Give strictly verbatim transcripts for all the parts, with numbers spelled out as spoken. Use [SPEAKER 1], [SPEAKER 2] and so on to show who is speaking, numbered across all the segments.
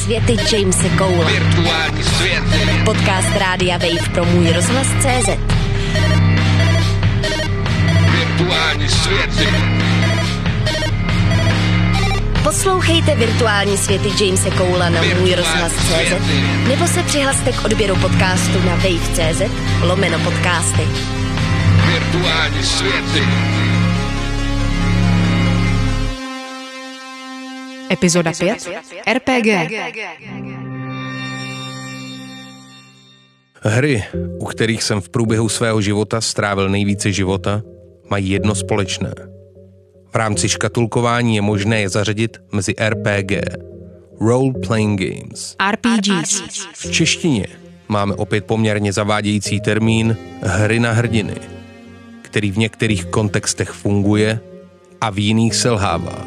[SPEAKER 1] světy Jamese Cowla.
[SPEAKER 2] Virtuální světy.
[SPEAKER 1] Podcast Rádia Wave pro můj rozhlas tečka cé zet.
[SPEAKER 2] Virtuální světy.
[SPEAKER 1] Poslouchejte Virtuální světy Jamese Cowla na můj rozhlas tečka cé zet nebo se přihlaste k odběru podcastu na wave tečka cé zet lomeno podcasty.
[SPEAKER 2] Virtuální světy.
[SPEAKER 3] Epizoda pět. er pé gé.
[SPEAKER 4] Hry, u kterých jsem v průběhu svého života strávil nejvíce života, mají jedno společné. V rámci škatulkování je možné je zařadit mezi er pé gé, Role Playing Games.
[SPEAKER 3] er pé gés.
[SPEAKER 4] V češtině máme opět poměrně zavádějící termín hry na hrdiny, který v některých kontextech funguje a v jiných selhává.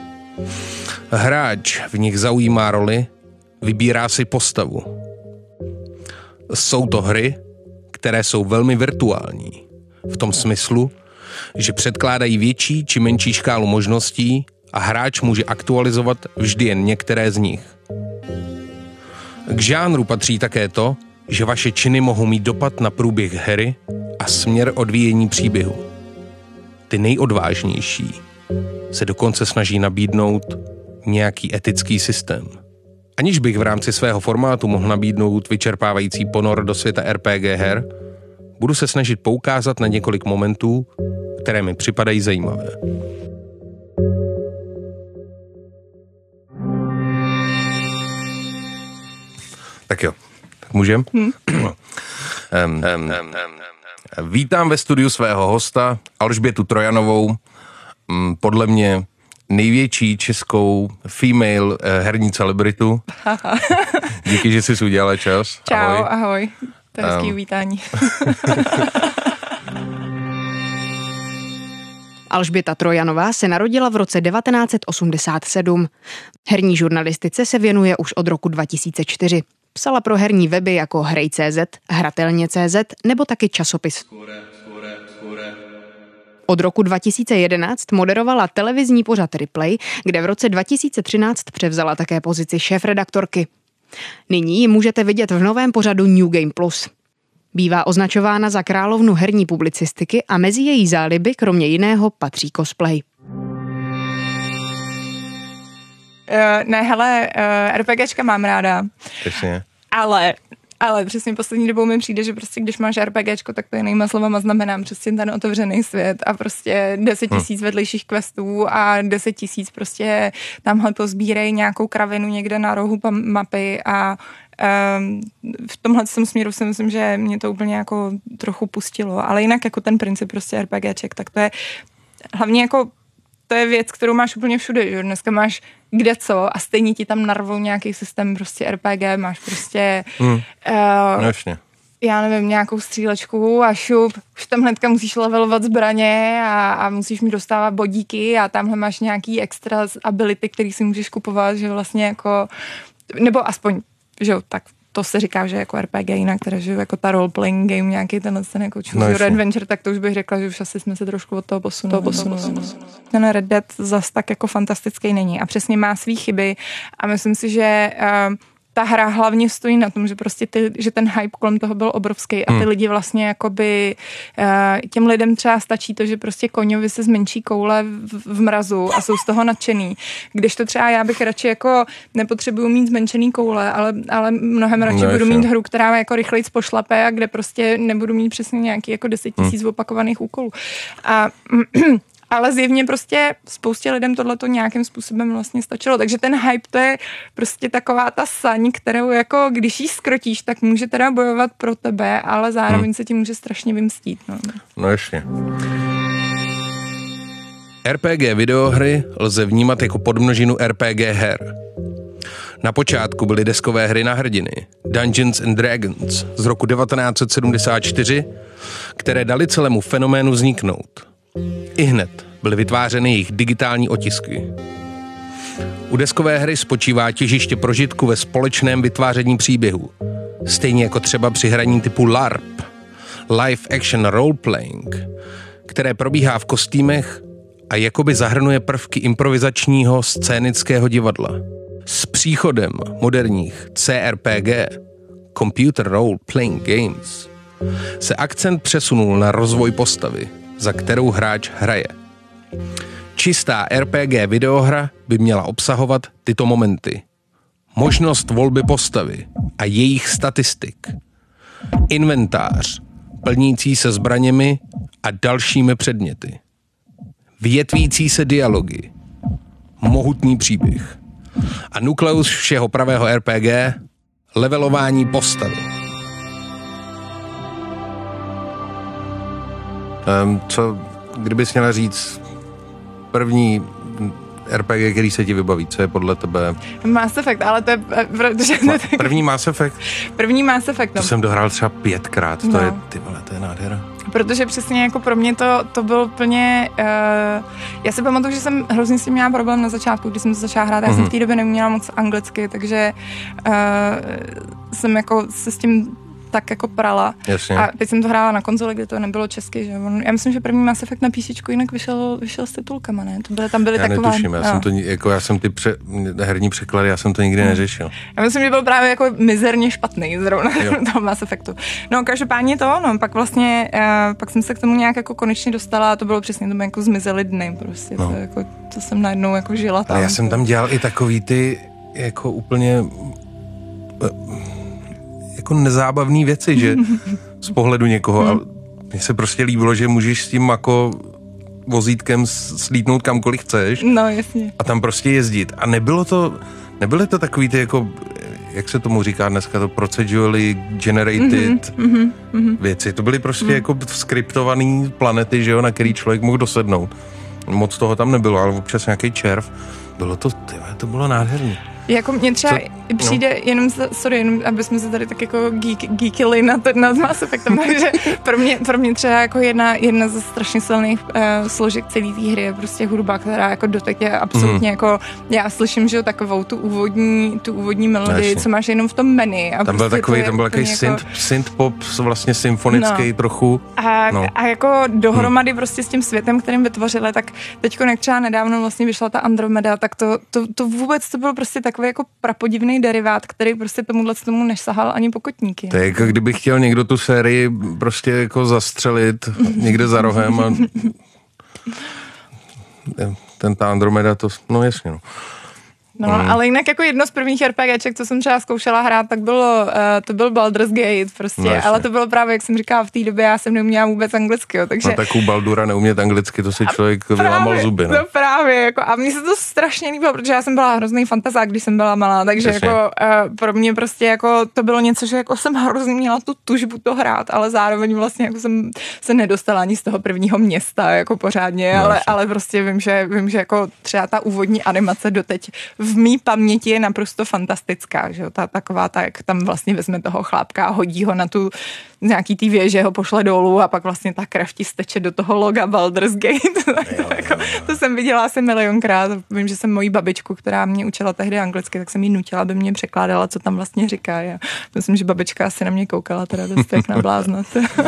[SPEAKER 4] Hráč v nich zaujímá roli, vybírá si postavu. Jsou to hry, které jsou velmi virtuální, v tom smyslu, že předkládají větší či menší škálu možností a hráč může aktualizovat vždy jen některé z nich. K žánru patří také to, že vaše činy mohou mít dopad na průběh hry a směr odvíjení příběhu. Ty nejodvážnější se dokonce snaží nabídnout nějaký etický systém. Aniž bych v rámci svého formátu mohl nabídnout vyčerpávající ponor do světa er pé gé her, budu se snažit poukázat na několik momentů, které mi připadají zajímavé. Tak jo, tak můžem? Hmm. um, um, um, um, vítám ve studiu svého hosta Alžbětu Trojanovou, um, podle mě největší českou female eh, herní celebritu. Díky, že jsi udělala čas.
[SPEAKER 5] Čau, ahoj. ahoj. To je hezký
[SPEAKER 4] Um.
[SPEAKER 5] uvítání.
[SPEAKER 3] Alžběta Trojanová se narodila v roce devatenáct set osmdesát sedm. Herní žurnalistice se věnuje už od roku dva tisíce čtyři. Psala pro herní weby jako Hrej tečka cé zet, Hratelně tečka cé zet nebo taky časopis. Od roku dva tisíce jedenáct moderovala televizní pořad Replay, kde v roce dva tisíce třináct převzala také pozici šéfredaktorky. Nyní ji můžete vidět v novém pořadu New Game Plus. Bývá označována za královnu herní publicistiky a mezi její záliby kromě jiného patří cosplay.
[SPEAKER 5] Uh, ne, hele, uh, RPGčka mám ráda.
[SPEAKER 4] Přesně.
[SPEAKER 5] Ale... Ale přesně poslední dobou mi přijde, že prostě když máš RPGčko, tak to jinýma slovama znamená přesně ten otevřený svět a prostě deset tisíc vedlejších questů a deset tisíc prostě tamhle pozbírej nějakou kravinu někde na rohu mapy a um, v tomhle směru si myslím, že mě to úplně jako trochu pustilo, ale jinak jako ten princip prostě RPGček, tak to je hlavně jako to je věc, kterou máš úplně všude, že dneska máš kde co a stejně ti tam narvou nějaký systém prostě er pé gé, máš prostě
[SPEAKER 4] Hmm.
[SPEAKER 5] uh,
[SPEAKER 4] Jasně.
[SPEAKER 5] já nevím, nějakou střílečku a šup, už tam hnedka musíš levelovat zbraně a, a musíš mi dostávat bodíky a tamhle máš nějaký extra ability, který si můžeš kupovat, že vlastně jako, nebo aspoň, že jo, tak to se říká, že jako er pé gé jinak, teda, že jako ta role-playing game, nějaký tenhle ten jako choose your adventure, tak to už bych řekla, že už asi jsme se trošku od toho posunuli. Toho posunuli. Ten Red Dead zas tak jako fantastický není a přesně má svý chyby a myslím si, že uh, ta hra hlavně stojí na tom, že prostě ty, že ten hype kolem toho byl obrovský a ty hmm. lidi vlastně jakoby uh, těm lidem třeba stačí to, že prostě koňovi se zmenší koule v, v mrazu a jsou z toho nadšený. Když to třeba já bych radši jako nepotřebuju mít zmenšený koule, ale, ale mnohem radši no, budu mít hru, která jako rychlejc pošlape a kde prostě nebudu mít přesně nějaký jako deset tisíc hmm. opakovaných úkolů. A ale zjevně prostě spoustě lidem tohleto nějakým způsobem vlastně stačilo. Takže ten hype to je prostě taková ta saň, kterou jako když jí skrotíš, tak může teda bojovat pro tebe, ale zároveň hmm. se ti může strašně vymstít. No,
[SPEAKER 4] no ještě. er pé gé videohry lze vnímat jako podmnožinu er pé gé her. Na počátku byly deskové hry na hrdiny, Dungeons and Dragons z roku devatenáct set sedmdesát čtyři, které dali celému fenoménu vzniknout. Ihned byly vytvářeny jejich digitální otisky. U deskové hry spočívá těžiště prožitku ve společném vytváření příběhu, stejně jako třeba při hraní typu LARP, Live Action Role Playing, které probíhá v kostýmech a jakoby zahrnuje prvky improvizačního scénického divadla. S příchodem moderních C R P G, Computer Role Playing Games, se akcent přesunul na rozvoj postavy, za kterou hráč hraje. Čistá R P G videohra by měla obsahovat tyto momenty. Možnost volby postavy a jejich statistik. Inventář, plnící se zbraněmi a dalšími předměty. Větvící se dialogy. Mohutný příběh. A nukleus všeho pravého R P G, levelování postavy. Um, co, kdybys měla říct první R P G, který se ti vybaví, co je podle tebe?
[SPEAKER 5] Mass Effect, ale to je... Protože
[SPEAKER 4] Ma, první Mass Effect?
[SPEAKER 5] První Mass Effect, no.
[SPEAKER 4] To jsem dohrál třeba pětkrát, to
[SPEAKER 5] no.
[SPEAKER 4] je, ty vole, to je nádhera.
[SPEAKER 5] Protože přesně jako pro mě to, to byl úplně... Uh, já si pamatuju, že jsem hrozně s tím měla problém na začátku, když jsem to začala hrát, já mm-hmm. jsem v té době neuměla moc anglicky, takže uh, jsem jako se s tím tak jako prala.
[SPEAKER 4] Jasně.
[SPEAKER 5] A teď jsem to hrála na konzoli, kde to nebylo česky, že? Já myslím, že první Mass Effect na písičku jinak vyšel, vyšel s titulkama, ne? To byly, tam byly
[SPEAKER 4] já
[SPEAKER 5] taková...
[SPEAKER 4] netuším, já
[SPEAKER 5] no.
[SPEAKER 4] jsem to, jako já jsem ty pře, herní překlady, já jsem to nikdy hmm. neřešil.
[SPEAKER 5] Já myslím, že byl právě jako mizerně špatný zrovna toho Mass Effectu. No, každopádně to, no, pak vlastně, uh, pak jsem se k tomu nějak jako konečně dostala a to bylo přesně, to mi jako zmizely dny prostě, no. to, jako, to jsem najednou jako žila tam.
[SPEAKER 4] Ale já jsem tam dělal i takový ty, jako úplně... jako nezábavné věci, že z pohledu někoho. A mně se prostě líbilo, že můžeš s tím jako vozítkem slítnout kamkoliv chceš.
[SPEAKER 5] No, jasně.
[SPEAKER 4] A tam prostě jezdit. A nebylo to, nebyly to takový ty jako, jak se tomu říká dneska, to procedurally generated mm-hmm, mm-hmm. věci. To byly prostě mm. jako skriptované planety, že jo, na který člověk mohl dosednout. Moc toho tam nebylo, ale občas nějaký červ. Bylo to, tyhle, to bylo nádherné.
[SPEAKER 5] Jako mně třeba Co? přijde, no. jenom, sorry, jenom, aby jsme se tady tak jako geek, geekili na, na Mass Effectem, takže pro mě, pro mě třeba jako jedna, jedna ze strašně silných uh, složek celé té hry je prostě hudba, která jako doteď je absolutně mm. jako, já slyším, že jo, takovou tu úvodní, tu úvodní melodii, co máš jenom v tom menu. A
[SPEAKER 4] tam
[SPEAKER 5] prostě
[SPEAKER 4] byl takový, tam byl takový
[SPEAKER 5] jako,
[SPEAKER 4] synth, synth pop, vlastně symfonický no. trochu.
[SPEAKER 5] A,
[SPEAKER 4] no.
[SPEAKER 5] a jako dohromady hmm. prostě s tím světem, kterým vytvořili, tak teďko, jak třeba nedávno vlastně vyšla ta Andromeda, tak to, to, to vůbec to byl prostě takový jako prapodivný derivát, který prostě tomuhle tomu nesahal ani pokotníky.
[SPEAKER 4] To je jako kdyby chtěl někdo tu sérii prostě jako zastřelit někde za rohem a ten ta Andromeda to, no jasně no.
[SPEAKER 5] No, mm. ale jinak jako jedno z prvních RPGček, co jsem třeba zkoušela hrát, tak bylo, uh, to byl Baldur's Gate prostě, no, ale to bylo právě, jak jsem říkala, v té době já jsem neuměla vůbec anglicky, jo, takže...
[SPEAKER 4] No tak u Baldura neumět anglicky, to si člověk vylámal zuby, no.
[SPEAKER 5] To právě, jako, a mně se to strašně líbilo, protože já jsem byla hrozný fantazák, když jsem byla malá, takže Přesně. jako uh, pro mě prostě jako to bylo něco, že jako jsem hrozně měla tu tužbu to hrát, ale zároveň vlastně jako jsem se nedostala ani z toho prvního města, jako pořádně, no, ale, ale prostě vím, že, vím, že jako třeba ta úvodní animace doteď v mý paměti je naprosto fantastická, že jo, ta taková, ta, jak tam vlastně vezme toho chlápka a hodí ho na tu nějaký tý věže, ho pošle dolů a pak vlastně ta krev ti steče do toho loga Baldur's Gate. Jo, jo, jo. To jsem viděla asi milionkrát. Vím, že jsem moji babičku, která mě učila tehdy anglicky, tak jsem jí nutila, aby mě překládala, co tam vlastně říká. Já myslím, že babička asi na mě koukala, teda dost jak na blázna.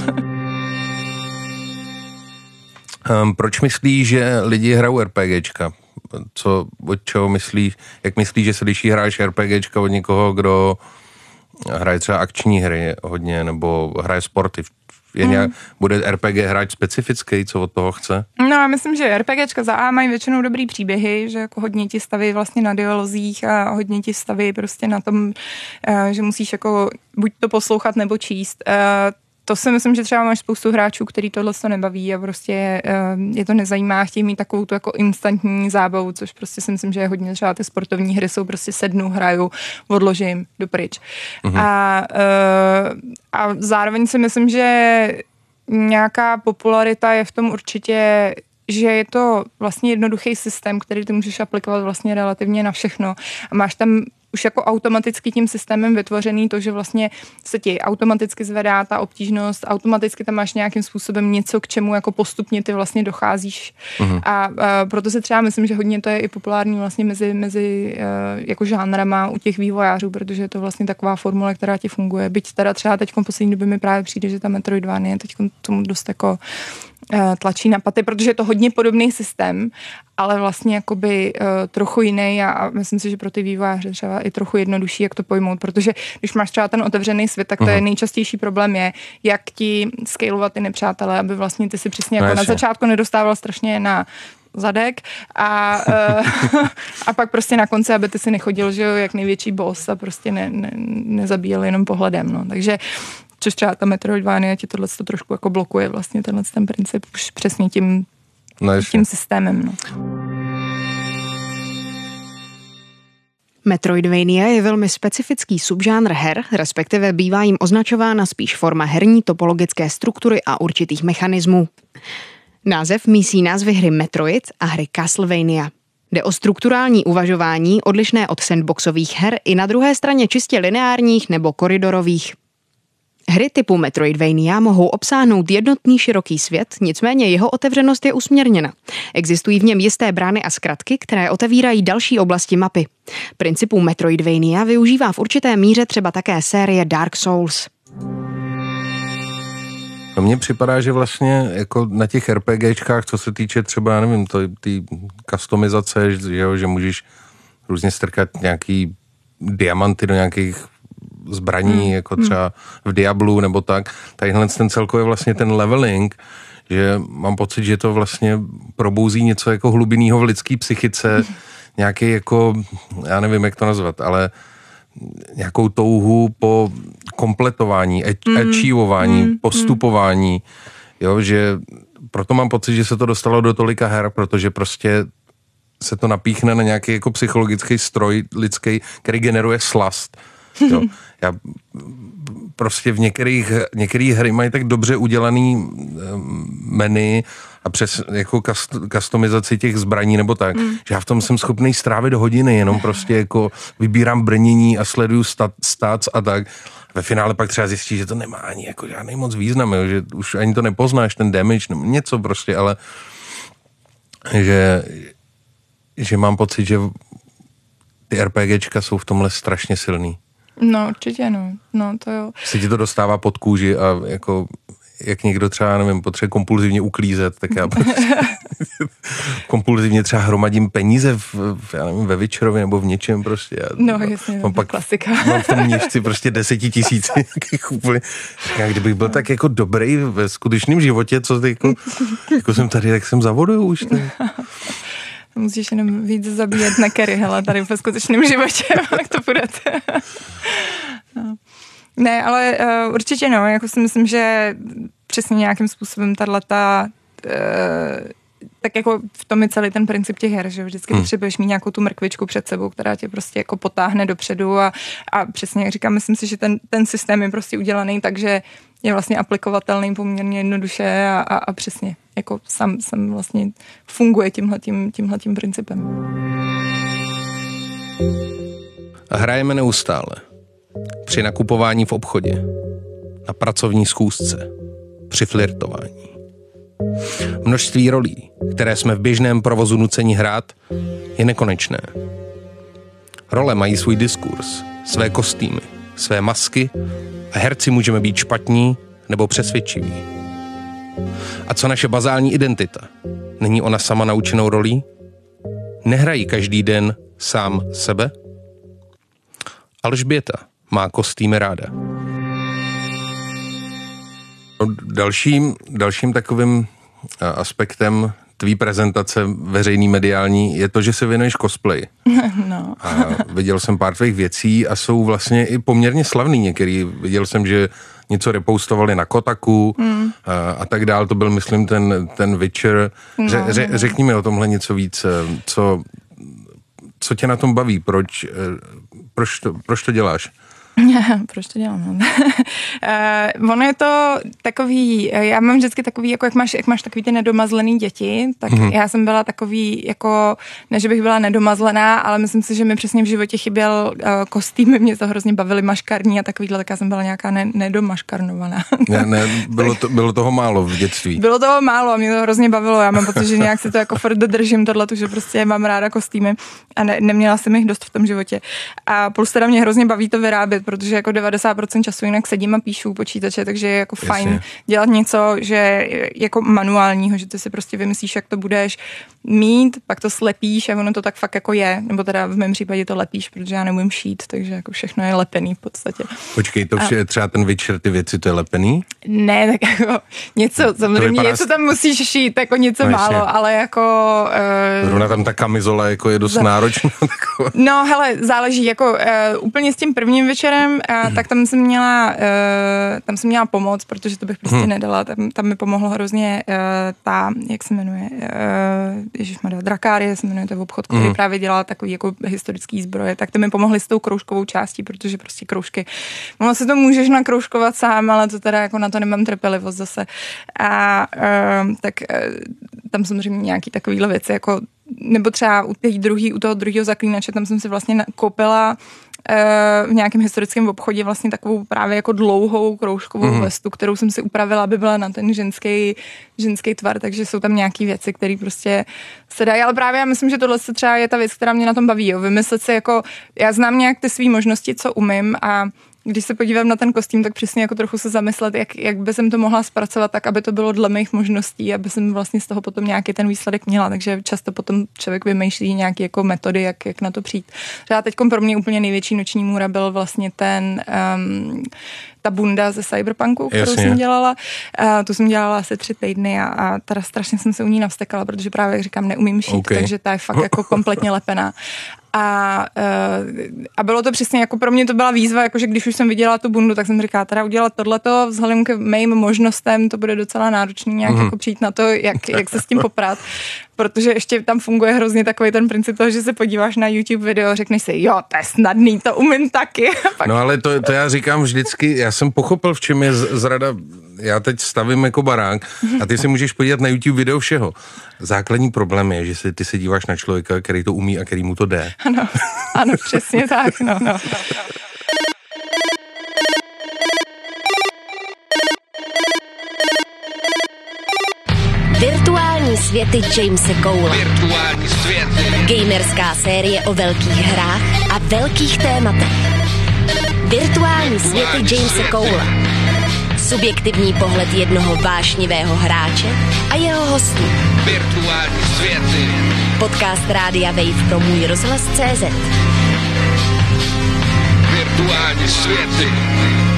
[SPEAKER 4] um, proč myslíš, že lidi hrajou RPGčka? Co, od čeho myslíš, jak myslíš, že se liší hráč RPGčka od někoho, kdo hraje třeba akční hry hodně, nebo hraje sporty? Je mm. nějak, bude R P G hráč specifický, co od toho chce?
[SPEAKER 5] No, já myslím, že RPGčka za A mají většinou dobrý příběhy, že jako hodně ti staví vlastně na dialozích a hodně ti staví prostě na tom, že musíš jako buď to poslouchat nebo číst. To si myslím, že třeba máš spoustu hráčů, který tohle to nebaví a prostě je to nezajímá, chtějí mít takovou tu jako instantní zábavu, což prostě si myslím, že je hodně, třeba ty sportovní hry jsou prostě sednu, hraju, odložím, jdu pryč. Mm-hmm. A, a zároveň si myslím, že nějaká popularita je v tom určitě, že je to vlastně jednoduchý systém, který ty můžeš aplikovat vlastně relativně na všechno a máš tam už jako automaticky tím systémem vytvořený to, že vlastně se ti automaticky zvedá ta obtížnost, automaticky tam máš nějakým způsobem něco, k čemu jako postupně ty vlastně docházíš. Uh-huh. A, a proto se třeba myslím, že hodně to je i populární vlastně mezi, mezi uh, jako žánrama u těch vývojářů, protože je to vlastně taková formule, která ti funguje. Byť teda třeba teď v poslední době mi právě přijde, že ta Metroidvania teď tomu dost jako tlačí na paty, protože je to hodně podobný systém, ale vlastně jakoby uh, trochu jiný a, a myslím si, že pro ty vývojáře třeba i trochu jednodušší, jak to pojmout, protože když máš třeba ten otevřený svět, tak to uh-huh. je nejčastější problém je, jak ti scalovat ty nepřátelé, aby vlastně ty si přesně jako no, na začátku nedostával strašně na zadek a, uh, a pak prostě na konci, aby ty si nechodil, že jo, jak největší boss a prostě ne, ne, nezabíjel jenom pohledem, no. Takže což třeba ta Metroidvania ti tohle to trošku jako blokuje vlastně tenhle ten princip už přesně tím, no tím systémem, no.
[SPEAKER 3] Metroidvania je velmi specifický subžánr her, respektive bývá jim označována spíš forma herní topologické struktury a určitých mechanismů. Název mísí názvy hry Metroid a hry Castlevania. Jde o strukturální uvažování odlišné od sandboxových her i na druhé straně čistě lineárních nebo koridorových. Hry typu Metroidvania mohou obsáhnout jednotný široký svět, nicméně jeho otevřenost je usměrněna. Existují v něm jisté brány a zkratky, které otevírají další oblasti mapy. Principů Metroidvania využívá v určité míře třeba také série Dark Souls.
[SPEAKER 4] No mně připadá, že vlastně jako na těch RPGčkách, co se týče třeba, já nevím, to, ty customizace, že, jo, že můžeš různě strkat nějaký diamanty do nějakých zbraní, hmm. jako třeba v Diablu nebo tak. Tadyhle ten celkově vlastně ten leveling, že mám pocit, že to vlastně probouzí něco jako hlubinného v lidský psychice, nějaký jako, já nevím, jak to nazvat, ale nějakou touhu po kompletování, mm. achievování, mm. postupování, jo, že proto mám pocit, že se to dostalo do tolika her, protože prostě se to napíchne na nějaký jako psychologický stroj lidský, který generuje slast. Jo. Já prostě v některých, některých hry mají tak dobře udělaný menu a přes jako customizaci těch zbraní nebo tak, mm. že já v tom jsem schopný strávit hodiny, jenom prostě jako vybírám brnění a sleduju stat, stats a tak. Ve finále pak třeba zjistí, že to nemá ani jako žádný moc význam, jo, že už ani to nepoznáš, ten damage, nebo něco prostě, ale že, že mám pocit, že ty RPGčka jsou v tomhle strašně silný.
[SPEAKER 5] No, určitě, no. No, to jo.
[SPEAKER 4] Si ti to dostává pod kůži a jako, jak někdo třeba, nevím, potřebuje kompulzivně uklízet, tak já kompulzivně třeba hromadím peníze v, v, já nevím, ve Witcherovi nebo v něčem prostě. Já,
[SPEAKER 5] no, jasně,
[SPEAKER 4] mám pak,
[SPEAKER 5] klasika.
[SPEAKER 4] Mám v tom měšci prostě desetitisíc. Já kdybych byl tak jako dobrý ve skutečném životě, co ty, jako, jako jsem tady, tak jsem za vodou už. Tak.
[SPEAKER 5] Musíš jenom víc zabíjet nekery, hele, tady ve skutečném životě, jak to půjdete. No. Ne, ale uh, určitě no, jako si myslím, že přesně nějakým způsobem tato, uh, tak jako v tom je celý ten princip těch her, že vždycky hmm. potřebuješ mít nějakou tu mrkvičku před sebou, která tě prostě jako potáhne dopředu a, a přesně jak říkám, myslím si, že ten, ten systém je prostě udělaný tak, že je vlastně aplikovatelný poměrně jednoduše a, a, a přesně jako sam, sam vlastně funguje tímhletím, tímhletím principem.
[SPEAKER 4] A hrajeme neustále. Při nakupování v obchodě, na pracovní schůzce, při flirtování. Množství rolí, které jsme v běžném provozu nuceni hrát, je nekonečné. Role mají svůj diskurs, své kostýmy, své masky a herci můžeme být špatní nebo přesvědčiví. A co naše bazální identita? Není ona sama naučenou rolí? Nehrají každý den sám sebe? Alžběta má kostýmy ráda. Dalším, dalším takovým aspektem tvý prezentace veřejný mediální je to, že se věnuješ cosplay.
[SPEAKER 5] No.
[SPEAKER 4] A viděl jsem pár tvých věcí a jsou vlastně i poměrně slavný některý. Viděl jsem, že něco repostovali na Kotaku mm. a, a tak dál. To byl, myslím, ten, ten Witcher. Ře, no, ře, řekni mi o tomhle něco víc. Co, co tě na tom baví? Proč, proč, to, proč to děláš?
[SPEAKER 5] Proč to dělám? uh, ono je to takový, já mám vždycky takový, jako jak máš, jak máš takový ty nedomazlený děti, tak mm-hmm. já jsem byla takový, jako, ne, že bych byla nedomazlená, ale myslím si, že mi přesně v životě chyběl uh, kostýmy, mě to hrozně bavily maškarní a takovýhle, tak já jsem byla nějaká ne, nedomaškarnovaná.
[SPEAKER 4] Ne, ne, bylo, to, bylo toho málo v dětství.
[SPEAKER 5] Bylo toho málo a mě to hrozně bavilo, já mám pocit, že nějak si to jako furt dodržím tohleto, že prostě mám ráda kostýmy a ne, neměla jsem jich dost v tom životě. A plus teda mě hrozně baví to vyrábět, protože jako devadesát procent času jinak sedím a píšu u počítače, takže je jako
[SPEAKER 4] Jasně.
[SPEAKER 5] fajn dělat něco, že jako manuálního, že ty si prostě vymyslíš, jak to budeš mít, pak to slepíš a ono to tak fakt jako je, nebo teda v mém případě to lepíš, protože já neumím šít, takže jako všechno je lepený v podstatě.
[SPEAKER 4] Počkej, to vše, a... třeba ten Witcher, ty věci, to je lepený?
[SPEAKER 5] Ne, tak jako něco, samozřejmě
[SPEAKER 4] vypadá...
[SPEAKER 5] něco tam musíš šít, jako něco no, málo, ale jako... Uh...
[SPEAKER 4] Zrovna tam ta kamizola jako je dost Za... náročná.
[SPEAKER 5] No hele, záleží, jako uh, úplně s tím prvním večerem, uh, hmm. tak tam jsem měla, uh, tam jsem měla pomoc, protože to bych prostě hmm. nedala, tam, tam mi pomohlo hrozně uh, ta, jak se jmenuje, uh, ježišmarja, Drakárie se jmenuje, to je obchod, který hmm. právě dělá takový jako historický zbroje, tak to mi pomohli s tou kroužkovou částí, protože prostě kroužky, ono se to můžeš nakroužkovat sám, ale to teda jako na to nemám trpělivost zase. A uh, tak uh, tam samozřejmě nějaký takovýhle věci, jako nebo třeba u, té druhý, u toho druhého zaklínače, tam jsem si vlastně koupila v nějakém historickém obchodě vlastně takovou právě jako dlouhou kroužkovou mm. vestu, kterou jsem si upravila, aby byla na ten ženský, ženský tvar, takže jsou tam nějaký věci, které prostě se dají, ale právě já myslím, že tohle se třeba je ta věc, která mě na tom baví, jo. Vymyslet si jako, já znám nějak ty svý možnosti, co umím a když se podívám na ten kostým, tak přesně jako trochu se zamyslet, jak, jak by jsem to mohla zpracovat tak, aby to bylo dle mých možností, aby jsem vlastně z toho potom nějaký ten výsledek měla, takže často potom člověk vymýšlí nějaké jako metody, jak, jak na to přijít. Třeba teď pro mě úplně největší noční můra byl vlastně ten um, ta bunda ze Cyberpunku, kterou Jasně. jsem dělala. Uh, tu jsem dělala asi tři týdny a, a teda strašně jsem se u ní navstekala, protože právě, jak říkám, neumím šít, okay. takže ta je fakt jako kompletně lepená. A, uh, a bylo to přesně, jako pro mě to byla výzva, jakože když už jsem viděla tu bundu, tak jsem říkala, teda udělat tohleto, vzhledem k mým možnostem, to bude docela náročný nějak mm. jako přijít na to, jak, jak se s tím poprat. Protože ještě tam funguje hrozně takový ten princip toho, že se podíváš na YouTube video a řekneš si, jo, to je snadný, to umím taky.
[SPEAKER 4] No ale to, to já říkám vždycky, já jsem pochopil, v čem je zrada, já teď stavím jako barák a ty si můžeš podívat na YouTube video všeho. Základní problém je, že si, ty se díváš na člověka, který to umí a který mu to jde.
[SPEAKER 5] Ano, ano, přesně tak, no, no.
[SPEAKER 1] Virtuální světy Jamese Cowla.
[SPEAKER 2] Virtuální světy.
[SPEAKER 1] Gamerská série o velkých hrách a velkých tématech. Virtuální světy Jamese Cowla. Subjektivní pohled jednoho vášnivého hráče a jeho hostů.
[SPEAKER 2] Virtuální světy.
[SPEAKER 1] Podcast Rádia Wave pro můj rozhlas tečka cé zet.
[SPEAKER 2] Virtuální světy.